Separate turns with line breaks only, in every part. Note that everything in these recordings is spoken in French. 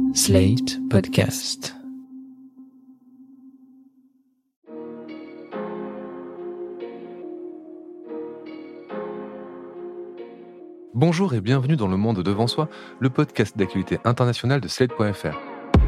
Slate Podcast.
Bonjour et bienvenue dans Le Monde Devant Soi, le podcast d'actualité internationale de Slate.fr.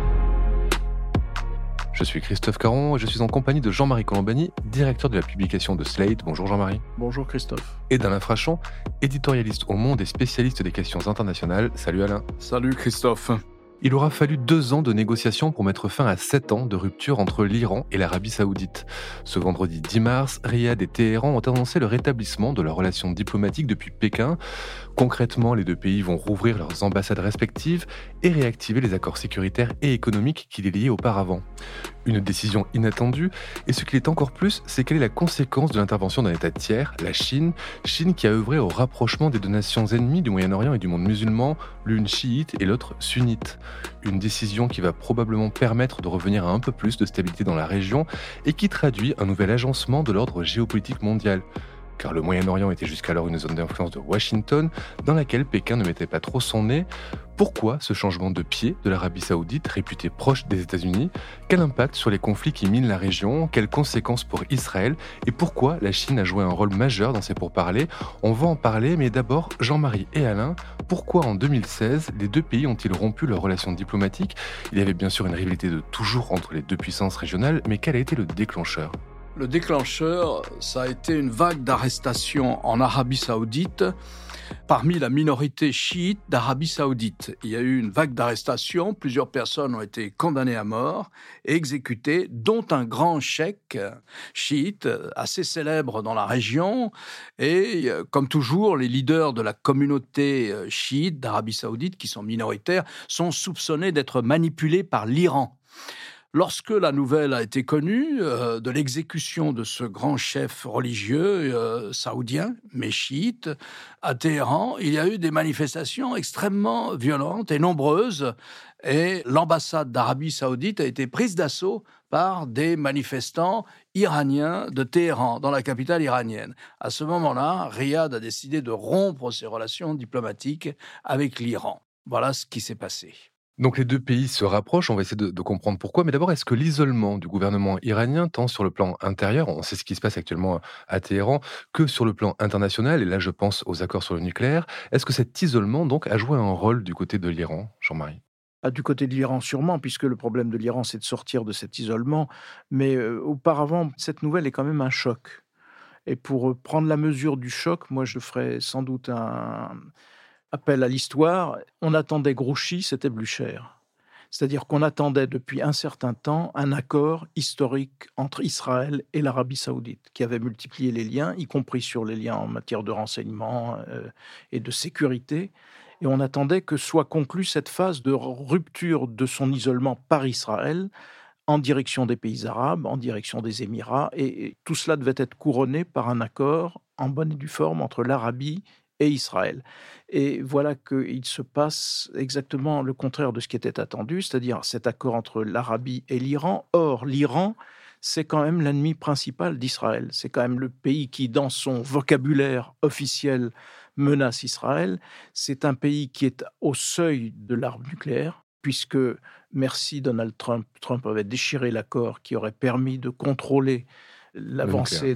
Je suis Christophe Caron et je suis en compagnie de Jean-Marie Colombani, directeur de la publication de Slate. Bonjour Jean-Marie.
Bonjour Christophe.
Et d'Alain Frachon, éditorialiste au Monde et spécialiste des questions internationales. Salut Alain.
Salut Christophe.
Il aura fallu 2 ans de négociations pour mettre fin à 7 ans de rupture entre l'Iran et l'Arabie Saoudite. Ce vendredi 10 mars, Riyad et Téhéran ont annoncé le rétablissement de leurs relations diplomatiques depuis Pékin. Concrètement, les deux pays vont rouvrir leurs ambassades respectives et réactiver les accords sécuritaires et économiques qui les liaient auparavant. Une décision inattendue, et ce qui l'est encore plus, c'est quelle est la conséquence de l'intervention d'un État tiers, la Chine qui a œuvré au rapprochement des deux nations ennemies du Moyen-Orient et du monde musulman, l'une chiite et l'autre sunnite. Une décision qui va probablement permettre de revenir à un peu plus de stabilité dans la région et qui traduit un nouvel agencement de l'ordre géopolitique mondial. Car le Moyen-Orient était jusqu'alors une zone d'influence de Washington, dans laquelle Pékin ne mettait pas trop son nez. Pourquoi ce changement de pied de l'Arabie Saoudite, réputée proche des États-Unis ? Quel impact sur les conflits qui minent la région ? Quelles conséquences pour Israël ? Et pourquoi la Chine a joué un rôle majeur dans ces pourparlers ? On va en parler, mais d'abord, Jean-Marie et Alain, pourquoi en 2016, les deux pays ont-ils rompu leurs relations diplomatiques ? Il y avait bien sûr une rivalité de toujours entre les deux puissances régionales, mais quel a été le déclencheur ?
Le déclencheur, ça a été une vague d'arrestations en Arabie Saoudite parmi la minorité chiite d'Arabie Saoudite. Il y a eu une vague d'arrestations, plusieurs personnes ont été condamnées à mort et exécutées, dont un grand cheikh chiite assez célèbre dans la région. Et comme toujours, les leaders de la communauté chiite d'Arabie Saoudite, qui sont minoritaires, sont soupçonnés d'être manipulés par l'Iran. Lorsque la nouvelle a été connue de l'exécution de ce grand chef religieux saoudien, mais chiite, à Téhéran, il y a eu des manifestations extrêmement violentes et nombreuses, et l'ambassade d'Arabie Saoudite a été prise d'assaut par des manifestants iraniens de Téhéran, dans la capitale iranienne. À ce moment-là, Riyad a décidé de rompre ses relations diplomatiques avec l'Iran. Voilà ce qui s'est passé.
Donc les deux pays se rapprochent, on va essayer de comprendre pourquoi, mais d'abord, est-ce que l'isolement du gouvernement iranien, tant sur le plan intérieur, on sait ce qui se passe actuellement à Téhéran, que sur le plan international, et là je pense aux accords sur le nucléaire, est-ce que cet isolement donc a joué un rôle du côté de l'Iran, Jean-Marie ?
Du côté de l'Iran, sûrement, puisque le problème de l'Iran, c'est de sortir de cet isolement. Mais auparavant, cette nouvelle est quand même un choc. Et pour prendre la mesure du choc, moi, je ferais sans doute un appel à l'histoire. On attendait Grouchy, c'était Blücher. C'est-à-dire qu'on attendait depuis un certain temps un accord historique entre Israël et l'Arabie Saoudite, qui avait multiplié les liens, y compris sur les liens en matière de renseignement et de sécurité. Et on attendait que soit conclue cette phase de rupture de son isolement par Israël en direction des pays arabes, en direction des Émirats. Et tout cela devait être couronné par un accord en bonne et due forme entre l'Arabie et Israël. Et voilà qu'il se passe exactement le contraire de ce qui était attendu, c'est-à-dire cet accord entre l'Arabie et l'Iran. Or, l'Iran, c'est quand même l'ennemi principal d'Israël. C'est quand même le pays qui, dans son vocabulaire officiel, menace Israël. C'est un pays qui est au seuil de l'arme nucléaire, puisque, merci Donald Trump, Trump avait déchiré l'accord qui aurait permis de contrôler l'avancée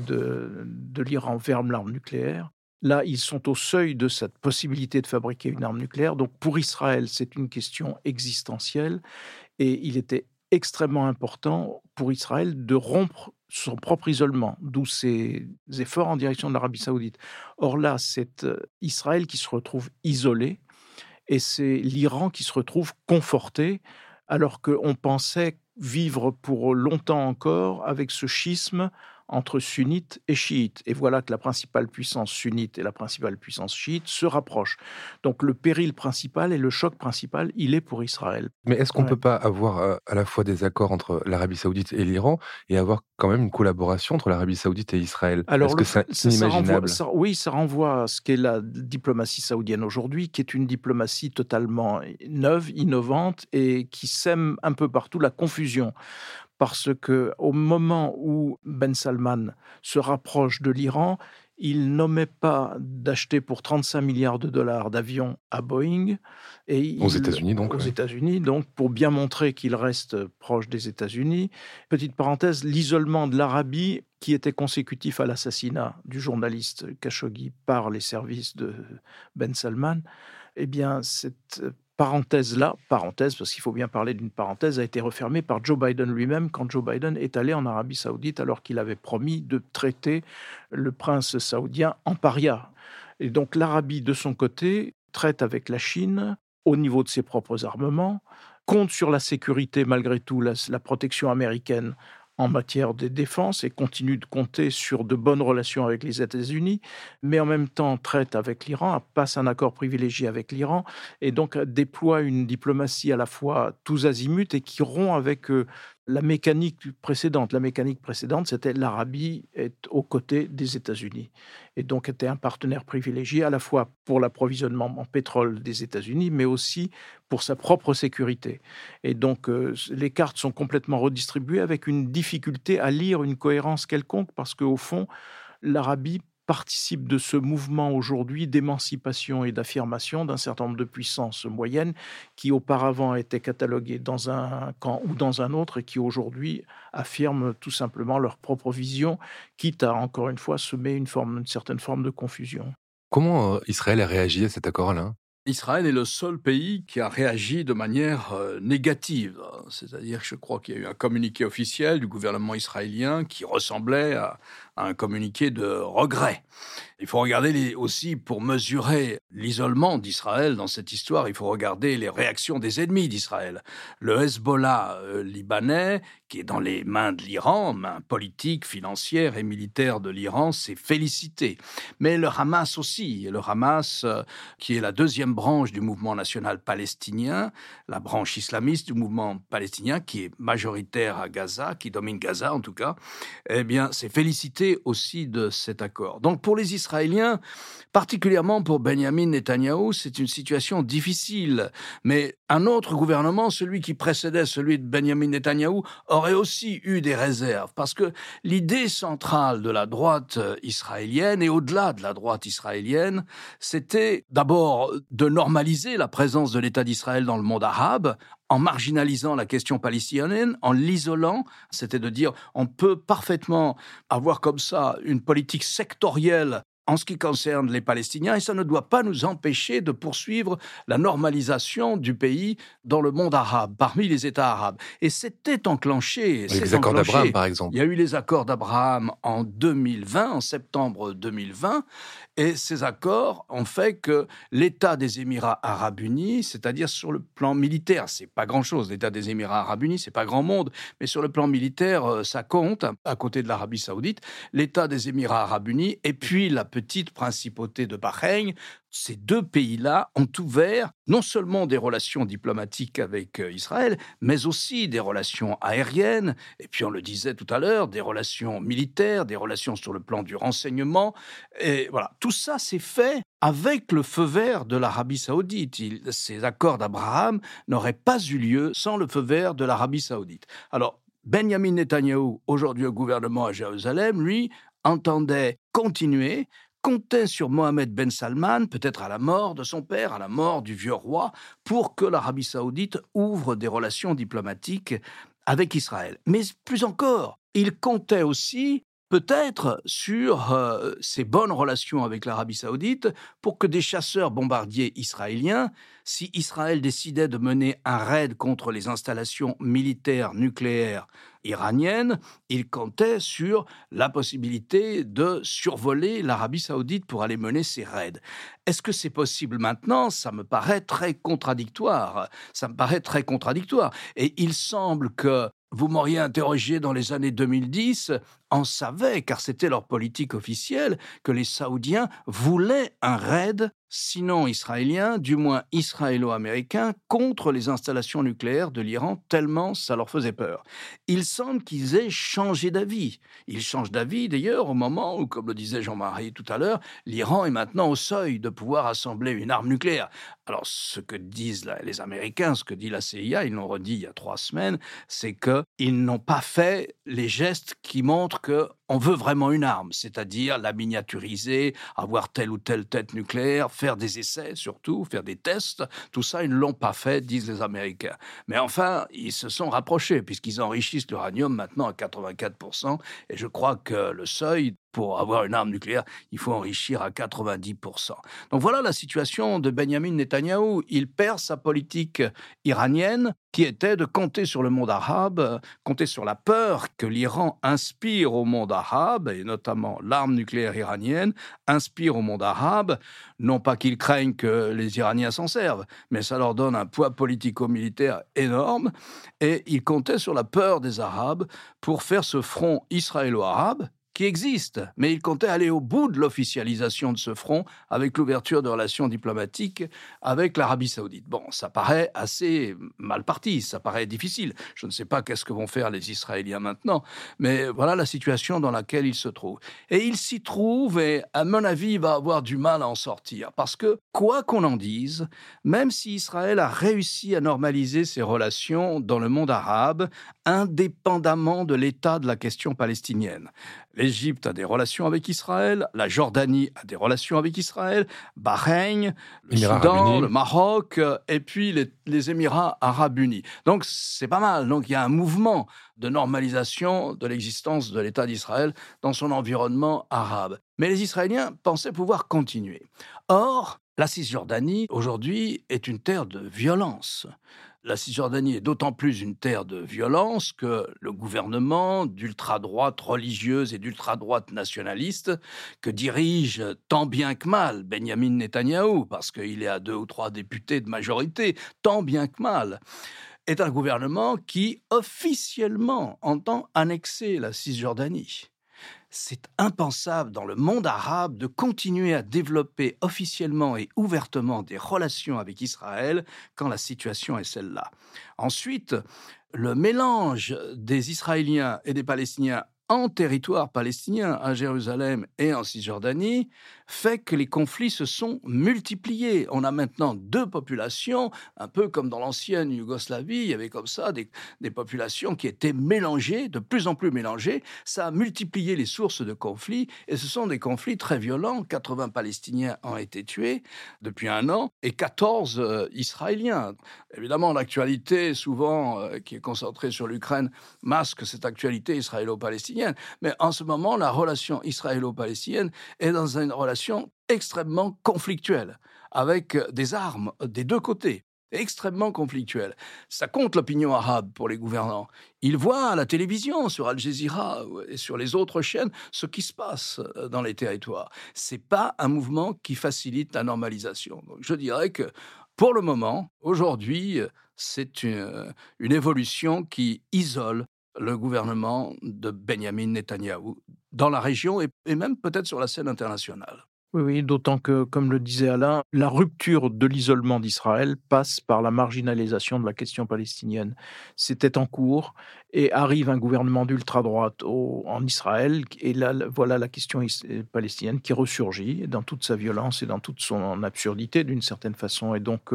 de l'Iran vers l'arme nucléaire. Là, ils sont au seuil de cette possibilité de fabriquer une arme nucléaire. Donc, pour Israël, c'est une question existentielle. Et il était extrêmement important pour Israël de rompre son propre isolement, d'où ses efforts en direction de l'Arabie Saoudite. Or là, c'est Israël qui se retrouve isolé et c'est l'Iran qui se retrouve conforté, alors qu'on pensait vivre pour longtemps encore avec ce schisme entre sunnites et chiites. Et voilà que la principale puissance sunnite et la principale puissance chiite se rapprochent. Donc le péril principal et le choc principal, il est pour Israël.
Mais est-ce qu'on ne peut pas avoir à la fois des accords entre l'Arabie Saoudite et l'Iran et avoir quand même une collaboration entre l'Arabie Saoudite et Israël ?
Alors,
est-ce que c'est inimaginable ?
Ça renvoie à ce qu'est la diplomatie saoudienne aujourd'hui, qui est une diplomatie totalement neuve, innovante et qui sème un peu partout la confusion. Parce qu'au moment où Ben Salman se rapproche de l'Iran, il n'omet pas d'acheter pour 35 milliards de dollars d'avions à Boeing.
Aux États-Unis, donc.
Aux
Ouais.
États-Unis, donc, pour bien montrer qu'il reste proche des États-Unis. Petite parenthèse, l'isolement de l'Arabie, qui était consécutif à l'assassinat du journaliste Khashoggi par les services de Ben Salman, eh bien, cette parenthèse-là, parenthèse, parce qu'il faut bien parler d'une parenthèse, a été refermée par Joe Biden lui-même quand Joe Biden est allé en Arabie Saoudite alors qu'il avait promis de traiter le prince saoudien en paria. Et donc l'Arabie, de son côté, traite avec la Chine au niveau de ses propres armements, compte sur la sécurité, malgré tout, la protection américaine en matière de défense et continue de compter sur de bonnes relations avec les États-Unis, mais en même temps traite avec l'Iran, passe un accord privilégié avec l'Iran et donc déploie une diplomatie à la fois tous azimuts et qui rompt avec la mécanique précédente. La mécanique précédente, c'était l'Arabie est aux côtés des États-Unis et donc était un partenaire privilégié à la fois pour l'approvisionnement en pétrole des États-Unis, mais aussi pour sa propre sécurité. Et donc, les cartes sont complètement redistribuées avec une difficulté à lire une cohérence quelconque parce qu'au fond, l'Arabie participe de ce mouvement aujourd'hui d'émancipation et d'affirmation d'un certain nombre de puissances moyennes qui auparavant étaient cataloguées dans un camp ou dans un autre et qui aujourd'hui affirment tout simplement leur propre vision, quitte à, encore une fois, semer une certaine forme de confusion.
Comment Israël a réagi à cet accord-là?
Israël est le seul pays qui a réagi de manière négative. C'est-à-dire que je crois qu'il y a eu un communiqué officiel du gouvernement israélien qui ressemblait à un communiqué de regret. Il faut regarder aussi, pour mesurer l'isolement d'Israël dans cette histoire, il faut regarder les réactions des ennemis d'Israël. Le Hezbollah libanais, qui est dans les mains de l'Iran, main politique, financière et militaire de l'Iran, s'est félicité. Mais le Hamas aussi, le Hamas, qui est la deuxième branche du mouvement national palestinien, la branche islamiste du mouvement palestinien, qui est majoritaire à Gaza, qui domine Gaza en tout cas, eh bien, s'est félicité aussi de cet accord. Donc pour les Israéliens, particulièrement pour Benyamin Netanyahou, c'est une situation difficile. Mais un autre gouvernement, celui qui précédait celui de Benyamin Netanyahou, aurait aussi eu des réserves. Parce que l'idée centrale de la droite israélienne, et au-delà de la droite israélienne, c'était d'abord de normaliser la présence de l'État d'Israël dans le monde arabe, en marginalisant la question palestinienne, en l'isolant, c'était de dire on peut parfaitement avoir comme ça une politique sectorielle en ce qui concerne les Palestiniens, et ça ne doit pas nous empêcher de poursuivre la normalisation du pays dans le monde arabe, parmi les États arabes. Et c'était enclenché.
Les accords d'Abraham, par exemple.
Il y a eu les accords d'Abraham en 2020, en septembre 2020, et ces accords ont fait que l'État des Émirats arabes unis, c'est-à-dire sur le plan militaire, c'est pas grand-chose, l'État des Émirats arabes unis, c'est pas grand monde, mais sur le plan militaire, ça compte, à côté de l'Arabie saoudite, l'État des Émirats arabes unis, et puis la petite principauté de Bahreïn, ces deux pays-là ont ouvert non seulement des relations diplomatiques avec Israël, mais aussi des relations aériennes, et puis on le disait tout à l'heure, des relations militaires, des relations sur le plan du renseignement. Et voilà, tout ça s'est fait avec le feu vert de l'Arabie saoudite. Ces accords d'Abraham n'auraient pas eu lieu sans le feu vert de l'Arabie saoudite. Alors, Benyamin Netanyahou, aujourd'hui au gouvernement à Jérusalem, lui, entendait continuer, comptait sur Mohammed Ben Salman, peut-être à la mort de son père, à la mort du vieux roi, pour que l'Arabie saoudite ouvre des relations diplomatiques avec Israël. Mais plus encore, il comptait aussi peut-être sur ces bonnes relations avec l'Arabie saoudite pour que des chasseurs bombardiers israéliens, si Israël décidait de mener un raid contre les installations militaires nucléaires iraniennes, il comptait sur la possibilité de survoler l'Arabie saoudite pour aller mener ces raids. Est-ce que c'est possible maintenant ? Ça me paraît très contradictoire. Et il semble que vous m'auriez interrogé dans les années 2010, on savait, car c'était leur politique officielle, que les Saoudiens voulaient un raid, sinon israélien, du moins israélo-américain, contre les installations nucléaires de l'Iran, tellement ça leur faisait peur. Il semble qu'ils aient changé d'avis. Ils changent d'avis d'ailleurs au moment où, comme le disait Jean-Marie tout à l'heure, l'Iran est maintenant au seuil de pouvoir assembler une arme nucléaire. Alors ce que disent les Américains, ce que dit la CIA, ils l'ont redit il y a 3 semaines, c'est qu'ils n'ont pas fait les gestes qui montrent on veut vraiment une arme, c'est-à-dire la miniaturiser, avoir telle ou telle tête nucléaire, faire des essais surtout, faire des tests. Tout ça, ils ne l'ont pas fait, disent les Américains. Mais enfin, ils se sont rapprochés, puisqu'ils enrichissent l'uranium maintenant à 84%, et je crois que le seuil pour avoir une arme nucléaire, il faut enrichir à 90%. Donc voilà la situation de Benyamin Netanyahou. Il perd sa politique iranienne, qui était de compter sur le monde arabe, compter sur la peur que l'Iran inspire au monde arabe, et notamment l'arme nucléaire iranienne, inspire au monde arabe, non pas qu'ils craignent que les Iraniens s'en servent, mais ça leur donne un poids politico-militaire énorme, et il comptait sur la peur des Arabes pour faire ce front israélo-arabe, qui existe, mais il comptait aller au bout de l'officialisation de ce front avec l'ouverture de relations diplomatiques avec l'Arabie saoudite. Bon, ça paraît assez mal parti, ça paraît difficile. Je ne sais pas qu'est-ce que vont faire les Israéliens maintenant, mais voilà la situation dans laquelle il se trouve. Et il s'y trouve, et à mon avis, il va avoir du mal à en sortir, parce que, quoi qu'on en dise, même si Israël a réussi à normaliser ses relations dans le monde arabe, indépendamment de l'état de la question palestinienne. L'Égypte a des relations avec Israël, la Jordanie a des relations avec Israël, Bahreïn, le Soudan, le Maroc, et puis les Émirats arabes unis. Donc c'est pas mal. Donc il y a un mouvement de normalisation de l'existence de l'État d'Israël dans son environnement arabe. Mais les Israéliens pensaient pouvoir continuer. Or, la Cisjordanie, aujourd'hui, est une terre de violence. La Cisjordanie est d'autant plus une terre de violence que le gouvernement d'ultra-droite religieuse et d'ultra-droite nationaliste que dirige tant bien que mal Benyamin Netanyahou, parce qu'il est à 2 ou 3 députés de majorité, tant bien que mal, est un gouvernement qui officiellement entend annexer la Cisjordanie. C'est impensable dans le monde arabe de continuer à développer officiellement et ouvertement des relations avec Israël quand la situation est celle-là. Ensuite, le mélange des Israéliens et des Palestiniens en territoire palestinien, à Jérusalem et en Cisjordanie, fait que les conflits se sont multipliés. On a maintenant 2 populations, un peu comme dans l'ancienne Yougoslavie, il y avait comme ça des populations qui étaient mélangées, de plus en plus mélangées. Ça a multiplié les sources de conflits, et ce sont des conflits très violents. 80 Palestiniens ont été tués depuis 1 an, et 14 Israéliens. Évidemment, l'actualité, souvent, qui est concentrée sur l'Ukraine, masque cette actualité israélo-palestinienne. Mais en ce moment, la relation israélo-palestinienne est dans une relation extrêmement conflictuelle, avec des armes des 2 côtés, extrêmement conflictuelle. Ça compte l'opinion arabe pour les gouvernants. Ils voient à la télévision, sur Al Jazeera et sur les autres chaînes, ce qui se passe dans les territoires. C'est pas un mouvement qui facilite la normalisation. Donc, je dirais que, pour le moment, aujourd'hui, c'est une évolution qui isole le gouvernement de Benyamin Netanyahou dans la région et même peut-être sur la scène internationale.
Oui, d'autant que, comme le disait Alain, la rupture de l'isolement d'Israël passe par la marginalisation de la question palestinienne. C'était en cours, et arrive un gouvernement d'ultra-droite en Israël, et là, voilà la question palestinienne qui ressurgit dans toute sa violence et dans toute son absurdité, d'une certaine façon. Et donc,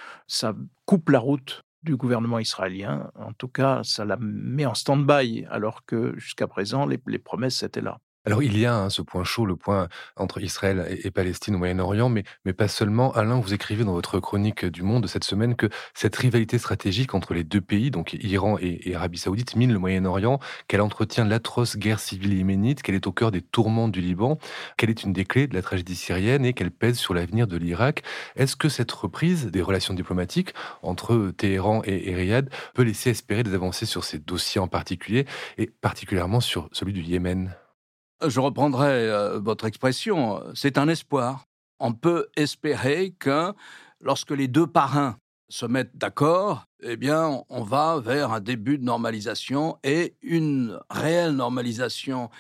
ça coupe la route du gouvernement israélien. En tout cas, ça la met en stand-by, alors que jusqu'à présent, les promesses étaient là.
Alors il y a ce point chaud, le point entre Israël et Palestine au Moyen-Orient, mais pas seulement. Alain, vous écrivez dans votre chronique du Monde de cette semaine que cette rivalité stratégique entre les 2 pays, donc Iran et Arabie Saoudite, mine le Moyen-Orient, qu'elle entretient l'atroce guerre civile yéménite, qu'elle est au cœur des tourments du Liban, qu'elle est une des clés de la tragédie syrienne et qu'elle pèse sur l'avenir de l'Irak. Est-ce que cette reprise des relations diplomatiques entre Téhéran et Riyad peut laisser espérer des avancées sur ces dossiers en particulier, et particulièrement sur celui du Yémen ?
Je reprendrai votre expression, c'est un espoir. On peut espérer que lorsque les 2 parrains se mettent d'accord, eh bien, on va vers un début de normalisation, et une réelle normalisation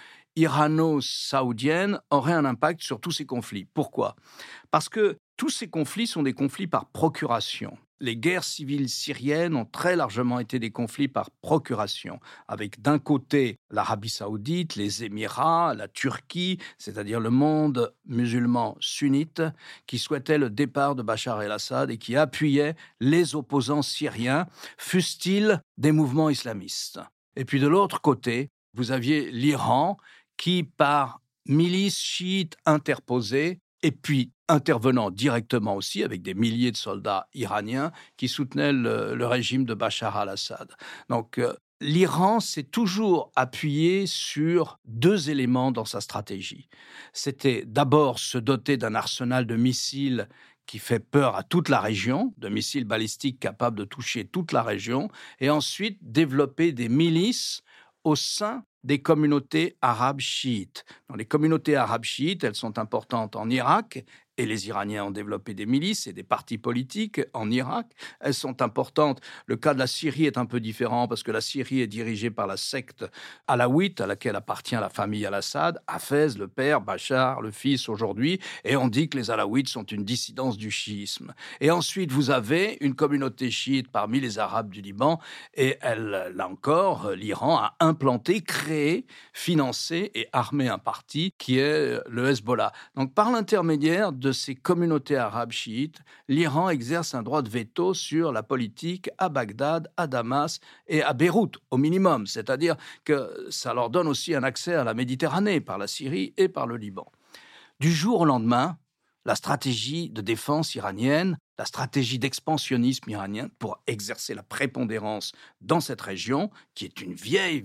irano-saoudienne aurait un impact sur tous ces conflits. Pourquoi ? Parce que tous ces conflits sont des conflits par procuration. Les guerres civiles syriennes ont très largement été des conflits par procuration, avec d'un côté l'Arabie saoudite, les Émirats, la Turquie, c'est-à-dire le monde musulman sunnite, qui souhaitait le départ de Bachar el-Assad et qui appuyait les opposants syriens, fussent-ils des mouvements islamistes. Et puis de l'autre côté, vous aviez l'Iran, qui, par milices chiites interposées, et puis intervenant directement aussi avec des milliers de soldats iraniens qui soutenaient le régime de Bachar al-Assad. Donc, l'Iran s'est toujours appuyé sur 2 éléments dans sa stratégie. C'était d'abord se doter d'un arsenal de missiles qui fait peur à toute la région, de missiles balistiques capables de toucher toute la région, et ensuite développer des milices au sein des communautés arabes chiites. Donc, les communautés arabes chiites, elles sont importantes en Irak, et les Iraniens ont développé des milices et des partis politiques en Irak. Elles sont importantes. Le cas de la Syrie est un peu différent parce que la Syrie est dirigée par la secte alaouite à laquelle appartient la famille al-Assad, Hafez, le père, Bachar, le fils aujourd'hui, et on dit que les alaouites sont une dissidence du chiisme. Et ensuite, vous avez une communauté chiite parmi les Arabes du Liban, et là encore, l'Iran a implanté, créé, financé et armé un parti qui est le Hezbollah. Donc, par l'intermédiaire de ces communautés arabes chiites, l'Iran exerce un droit de veto sur la politique à Bagdad, à Damas et à Beyrouth, au minimum. C'est-à-dire que ça leur donne aussi un accès à la Méditerranée par la Syrie et par le Liban. Du jour au lendemain, la stratégie de défense iranienne, la stratégie d'expansionnisme iranien pour exercer la prépondérance dans cette région, qui est une vieille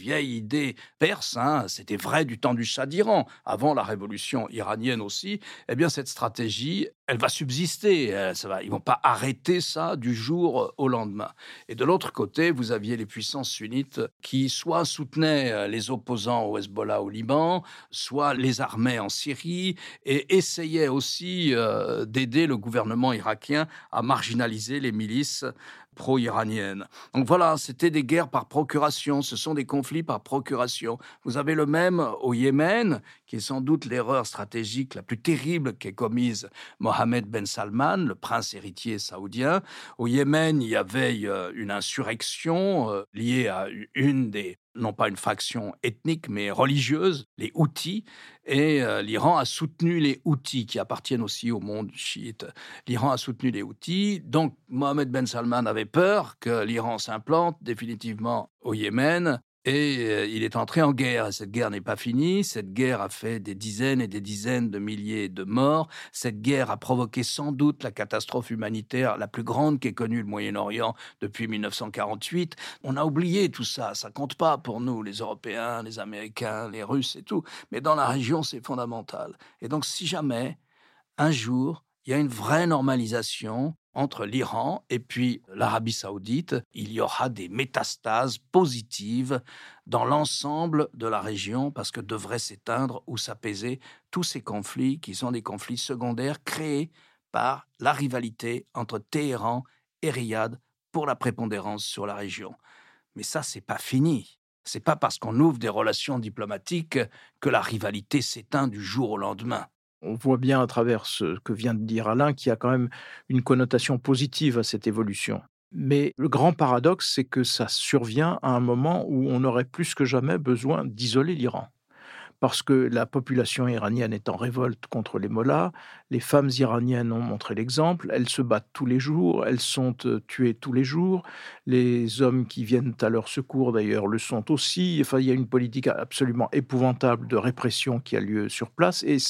idée perse, c'était vrai du temps du Shah d'Iran, avant la révolution iranienne aussi, eh bien cette stratégie, elle va subsister, ils ne vont pas arrêter ça du jour au lendemain. Et de l'autre côté, vous aviez les puissances sunnites qui soit soutenaient les opposants au Hezbollah au Liban, soit les armaient en Syrie, et essayaient aussi d'aider le gouvernement irakien à marginaliser les milices pro-iraniennes. Donc voilà, c'était des guerres par procuration, ce sont des conflits par procuration. Vous avez le même au Yémen, qui est sans doute l'erreur stratégique la plus terrible qu'ait commise Mohammed Ben Salman, le prince héritier saoudien. Au Yémen, il y avait une insurrection liée à une des non pas une faction ethnique, mais religieuse, les Houthis, et l'Iran a soutenu les Houthis, qui appartiennent aussi au monde chiite. L'Iran a soutenu les Houthis, donc Mohammed Ben Salman avait peur que l'Iran s'implante définitivement au Yémen, et il est entré en guerre. Et cette guerre n'est pas finie. Cette guerre a fait des dizaines et des dizaines de milliers de morts. Cette guerre a provoqué sans doute la catastrophe humanitaire la plus grande qu'ait connue le Moyen-Orient depuis 1948. On a oublié tout ça. Ça compte pas pour nous, les Européens, les Américains, les Russes et tout. Mais dans la région, c'est fondamental. Et donc, si jamais, un jour, il y a une vraie normalisation entre l'Iran et puis l'Arabie saoudite, il y aura des métastases positives dans l'ensemble de la région parce que devraient s'éteindre ou s'apaiser tous ces conflits qui sont des conflits secondaires créés par la rivalité entre Téhéran et Riyad pour la prépondérance sur la région. Mais ça, c'est pas fini. C'est pas parce qu'on ouvre des relations diplomatiques que la rivalité s'éteint du jour au lendemain.
On voit bien à travers ce que vient de dire Alain qu'il y a quand même une connotation positive à cette évolution. Mais le grand paradoxe, c'est que ça survient à un moment où on aurait plus que jamais besoin d'isoler l'Iran. Parce que la population iranienne est en révolte contre les mollahs, les femmes iraniennes ont montré l'exemple, elles se battent tous les jours, elles sont tuées tous les jours, les hommes qui viennent à leur secours d'ailleurs le sont aussi, enfin il y a une politique absolument épouvantable de répression qui a lieu sur place et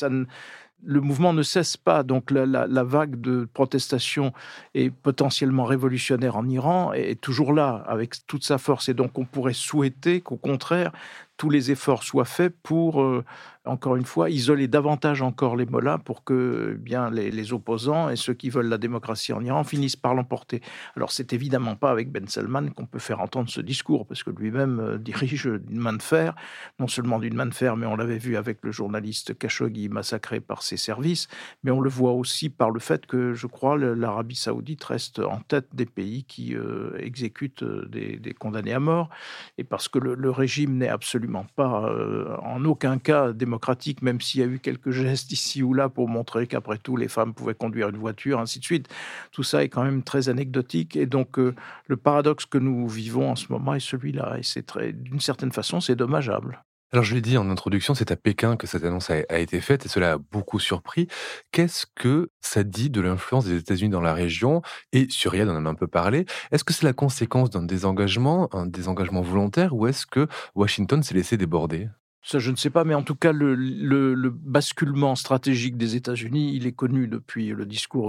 le mouvement ne cesse pas, donc la vague de protestation et potentiellement révolutionnaire en Iran est toujours là, avec toute sa force. Et donc on pourrait souhaiter qu'au contraire, tous les efforts soient faits pour, encore une fois, isoler davantage encore les mollahs pour que bien les opposants et ceux qui veulent la démocratie en Iran finissent par l'emporter. Alors c'est évidemment pas avec Ben Salman qu'on peut faire entendre ce discours, parce que lui-même dirige d'une main de fer, non seulement d'une main de fer, mais on l'avait vu avec le journaliste Khashoggi massacré par ses services, mais on le voit aussi par le fait que, je crois, l'Arabie saoudite reste en tête des pays qui exécutent des condamnés à mort, et parce que le régime n'est absolument pas en aucun cas démocratique, même s'il y a eu quelques gestes ici ou là pour montrer qu'après tout les femmes pouvaient conduire une voiture, ainsi de suite. Tout ça est quand même très anecdotique et donc le paradoxe que nous vivons en ce moment est celui-là et c'est d'une certaine façon c'est dommageable.
Alors je l'ai dit en introduction, c'est à Pékin que cette annonce a été faite et cela a beaucoup surpris. Qu'est-ce que ça dit de l'influence des États-Unis dans la région? Et sur Riyad, on en a un peu parlé. Est-ce que c'est la conséquence d'un désengagement volontaire, ou est-ce que Washington s'est laissé déborder?
Ça, je ne sais pas, mais en tout cas, le basculement stratégique des États-Unis, il est connu depuis le discours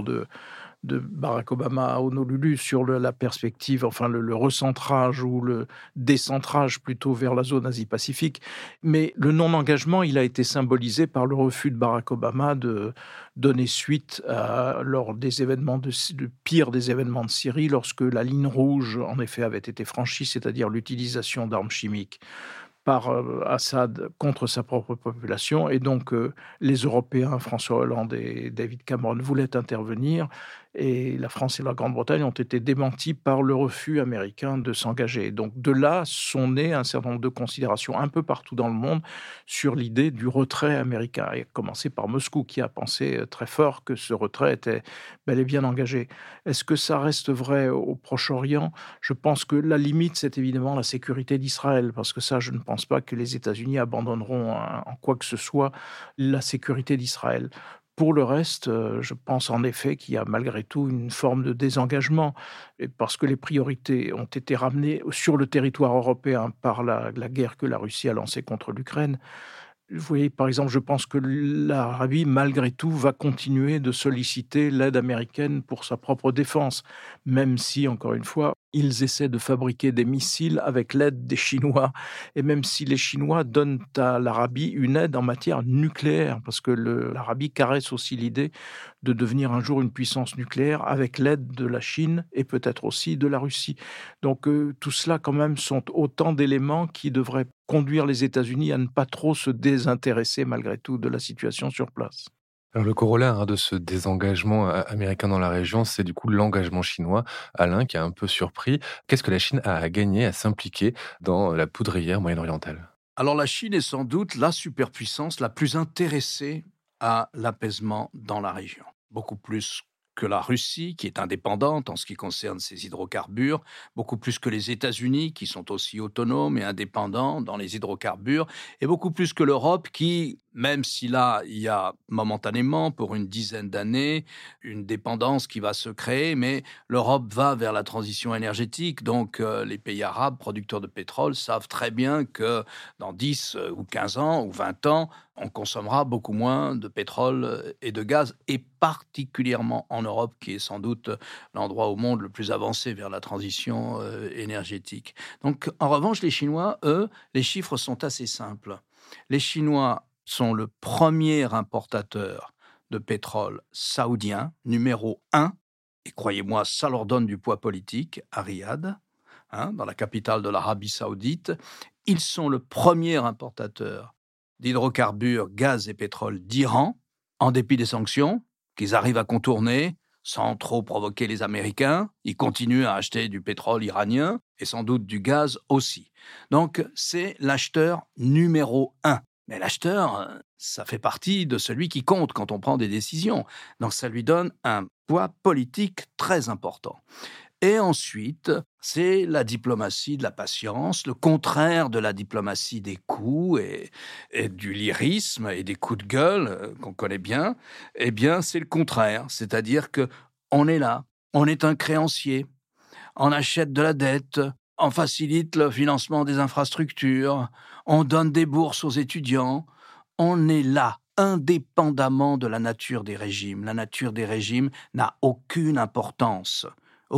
de Barack Obama à Honolulu sur la perspective, enfin le recentrage ou le décentrage plutôt vers la zone Asie-Pacifique. Mais le non-engagement, il a été symbolisé par le refus de Barack Obama de donner suite lors des événements de pire des événements de Syrie, lorsque la ligne rouge, en effet, avait été franchie, c'est-à-dire l'utilisation d'armes chimiques par Assad contre sa propre population. Et donc, les Européens, François Hollande et David Cameron, voulaient intervenir. Et la France et la Grande-Bretagne ont été démentis par le refus américain de s'engager. Donc, de là sont nées un certain nombre de considérations un peu partout dans le monde sur l'idée du retrait américain. Et à commencer par Moscou, qui a pensé très fort que ce retrait était bel et bien engagé. Est-ce que ça reste vrai au Proche-Orient ? Je pense que la limite, c'est évidemment la sécurité d'Israël, parce que ça, je ne pense pas que les États-Unis abandonneront en quoi que ce soit la sécurité d'Israël. Pour le reste, je pense en effet qu'il y a malgré tout une forme de désengagement, et parce que les priorités ont été ramenées sur le territoire européen par la guerre que la Russie a lancée contre l'Ukraine. Vous voyez, par exemple, je pense que l'Arabie, malgré tout, va continuer de solliciter l'aide américaine pour sa propre défense, même si, encore une fois, ils essaient de fabriquer des missiles avec l'aide des Chinois, et même si les Chinois donnent à l'Arabie une aide en matière nucléaire, parce que l'Arabie caresse aussi l'idée de devenir un jour une puissance nucléaire avec l'aide de la Chine et peut-être aussi de la Russie. Donc tout cela, quand même, sont autant d'éléments qui devraient conduire les États-Unis à ne pas trop se désintéresser, malgré tout, de la situation sur place.
Alors le corollaire de ce désengagement américain dans la région, c'est du coup l'engagement chinois. Alain, qui est un peu surpris, qu'est-ce que la Chine a à gagner à s'impliquer dans la poudrière moyen-orientale ?
Alors la Chine est sans doute la superpuissance la plus intéressée à l'apaisement dans la région. Beaucoup plus que la Russie, qui est indépendante en ce qui concerne ses hydrocarbures, beaucoup plus que les États-Unis, qui sont aussi autonomes et indépendants dans les hydrocarbures, et beaucoup plus que l'Europe, qui, même si là, il y a momentanément, pour une dizaine d'années, une dépendance qui va se créer, mais l'Europe va vers la transition énergétique, donc les pays arabes, producteurs de pétrole, savent très bien que dans 10 ou 15 ans ou 20 ans, on consommera beaucoup moins de pétrole et de gaz, et particulièrement en Europe, qui est sans doute l'endroit au monde le plus avancé vers la transition énergétique. Donc, en revanche, les Chinois, eux, les chiffres sont assez simples. Les Chinois sont le premier importateur de pétrole saoudien, numéro 1, et croyez-moi, ça leur donne du poids politique, à Riyad, dans la capitale de l'Arabie saoudite. Ils sont le premier importateur d'hydrocarbures, gaz et pétrole d'Iran, en dépit des sanctions qu'ils arrivent à contourner sans trop provoquer les Américains. Ils continuent à acheter du pétrole iranien et sans doute du gaz aussi. Donc, c'est l'acheteur numéro 1. Mais l'acheteur, ça fait partie de celui qui compte quand on prend des décisions. Donc, ça lui donne un poids politique très important. Et ensuite, c'est la diplomatie de la patience, le contraire de la diplomatie des coups et du lyrisme et des coups de gueule qu'on connaît bien. Eh bien, c'est le contraire. C'est-à-dire qu'on est là, on est un créancier, on achète de la dette, on facilite le financement des infrastructures, on donne des bourses aux étudiants. On est là, indépendamment de la nature des régimes. La nature des régimes n'a aucune importance.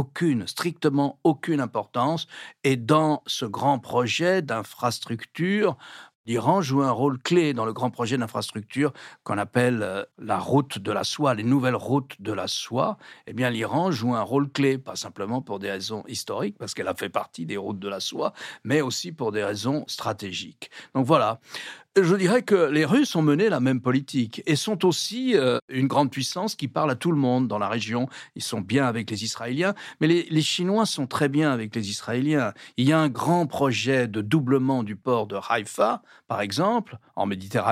Strictement aucune importance. Et dans ce grand projet d'infrastructure, l'Iran joue un rôle clé dans le grand projet d'infrastructure qu'on appelle la route de la soie, les nouvelles routes de la soie. Eh bien, l'Iran joue un rôle clé, pas simplement pour des raisons historiques, parce qu'elle a fait partie des routes de la soie, mais aussi pour des raisons stratégiques. Donc voilà. Je dirais que les Russes ont mené la même politique et sont aussi une grande puissance qui parle à tout le monde dans la région. Ils sont bien avec les Israéliens, mais les Chinois sont très bien avec les Israéliens. Il y a un grand projet de doublement du port de Haïfa, par exemple, en Méditerranée,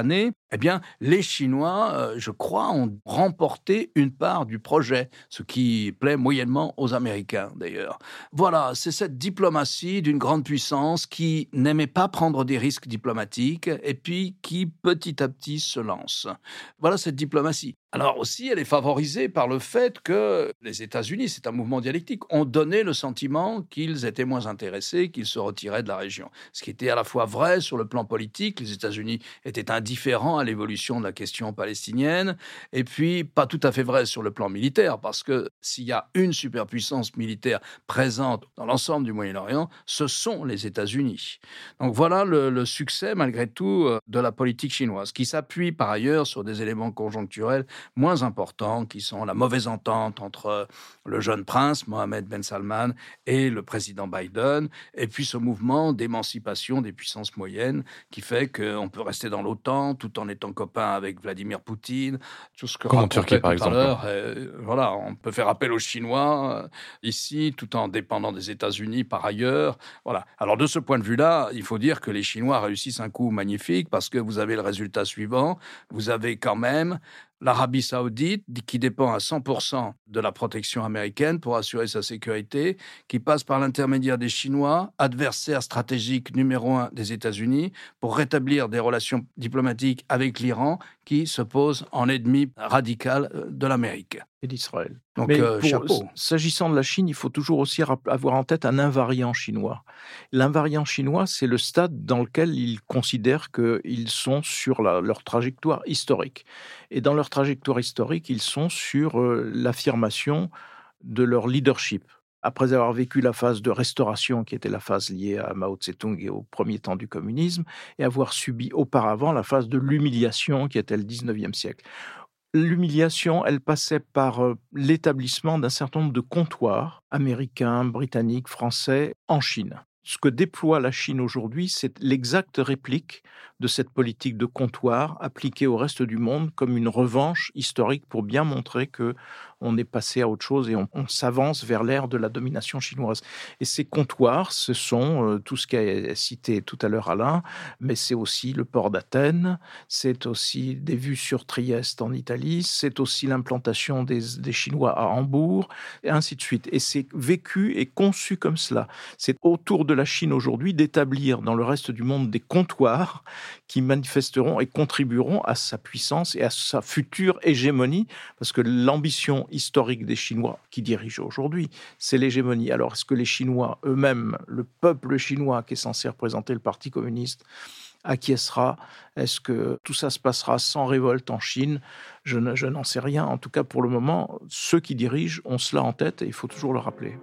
Eh bien, les Chinois, je crois, ont remporté une part du projet, ce qui plaît moyennement aux Américains, d'ailleurs. Voilà, c'est cette diplomatie d'une grande puissance qui n'aimait pas prendre des risques diplomatiques et puis qui, petit à petit, se lance. Voilà cette diplomatie. Alors aussi, elle est favorisée par le fait que les États-Unis, c'est un mouvement dialectique, ont donné le sentiment qu'ils étaient moins intéressés, qu'ils se retiraient de la région. Ce qui était à la fois vrai sur le plan politique, les États-Unis étaient indifférents à l'évolution de la question palestinienne, et puis pas tout à fait vrai sur le plan militaire, parce que s'il y a une superpuissance militaire présente dans l'ensemble du Moyen-Orient, ce sont les États-Unis. Donc voilà le succès, malgré tout, de la politique chinoise, qui s'appuie par ailleurs sur des éléments conjoncturels moins importants, qui sont la mauvaise entente entre le jeune prince, Mohammed Ben Salman, et le président Biden, et puis ce mouvement d'émancipation des puissances moyennes qui fait qu'on peut rester dans l'OTAN tout en étant copain avec Vladimir Poutine, tout ce que
Comme en Turquie, par exemple.
Voilà, on peut faire appel aux Chinois ici, tout en dépendant des États-Unis par ailleurs. Voilà. Alors de ce point de vue-là, il faut dire que les Chinois réussissent un coup magnifique parce que vous avez le résultat suivant. Vous avez quand même l'Arabie saoudite, qui dépend à 100% de la protection américaine pour assurer sa sécurité, qui passe par l'intermédiaire des Chinois, adversaire stratégique numéro 1 des États-Unis, pour rétablir des relations diplomatiques avec l'Iran, qui se pose en ennemi radical de l'Amérique.
Et d'Israël.
Donc,
Mais
chapeau.
S'agissant de la Chine, il faut toujours aussi avoir en tête un invariant chinois. L'invariant chinois, c'est le stade dans lequel ils considèrent qu'ils sont sur leur trajectoire historique. Et dans leur trajectoire historique, ils sont sur l'affirmation de leur leadership. Après avoir vécu la phase de restauration, qui était la phase liée à Mao Tse-tung et au premier temps du communisme, et avoir subi auparavant la phase de l'humiliation, qui était le 19e siècle. L'humiliation, elle passait par l'établissement d'un certain nombre de comptoirs américains, britanniques, français en Chine. Ce que déploie la Chine aujourd'hui, c'est l'exacte réplique de cette politique de comptoir appliquée au reste du monde comme une revanche historique pour bien montrer que on est passé à autre chose et on s'avance vers l'ère de la domination chinoise. Et ces comptoirs, ce sont tout ce qu'a cité tout à l'heure Alain, mais c'est aussi le port d'Athènes, c'est aussi des vues sur Trieste en Italie, c'est aussi l'implantation des Chinois à Hambourg, et ainsi de suite. Et c'est vécu et conçu comme cela. C'est autour de la Chine aujourd'hui d'établir dans le reste du monde des comptoirs qui manifesteront et contribueront à sa puissance et à sa future hégémonie, parce que l'ambition historique des Chinois qui dirigent aujourd'hui, c'est l'hégémonie. Alors, est-ce que les Chinois eux-mêmes, le peuple chinois qui est censé représenter le Parti communiste, acquiescera? Est-ce que tout ça se passera sans révolte en Chine? Je n'en sais rien. En tout cas, pour le moment, ceux qui dirigent ont cela en tête et il faut toujours le rappeler.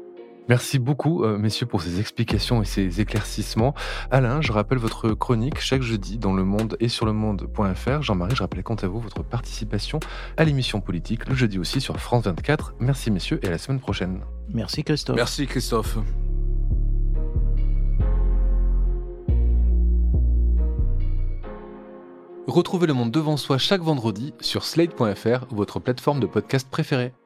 Merci beaucoup, messieurs, pour ces explications et ces éclaircissements. Alain, je rappelle votre chronique chaque jeudi dans Le Monde et sur lemonde.fr. Jean-Marie, je rappelle quant à vous votre participation à l'émission politique le jeudi aussi sur France 24. Merci, messieurs, et à la semaine prochaine.
Merci, Christophe.
Merci, Christophe.
Retrouvez Le Monde devant soi chaque vendredi sur slate.fr ou votre plateforme de podcast préférée.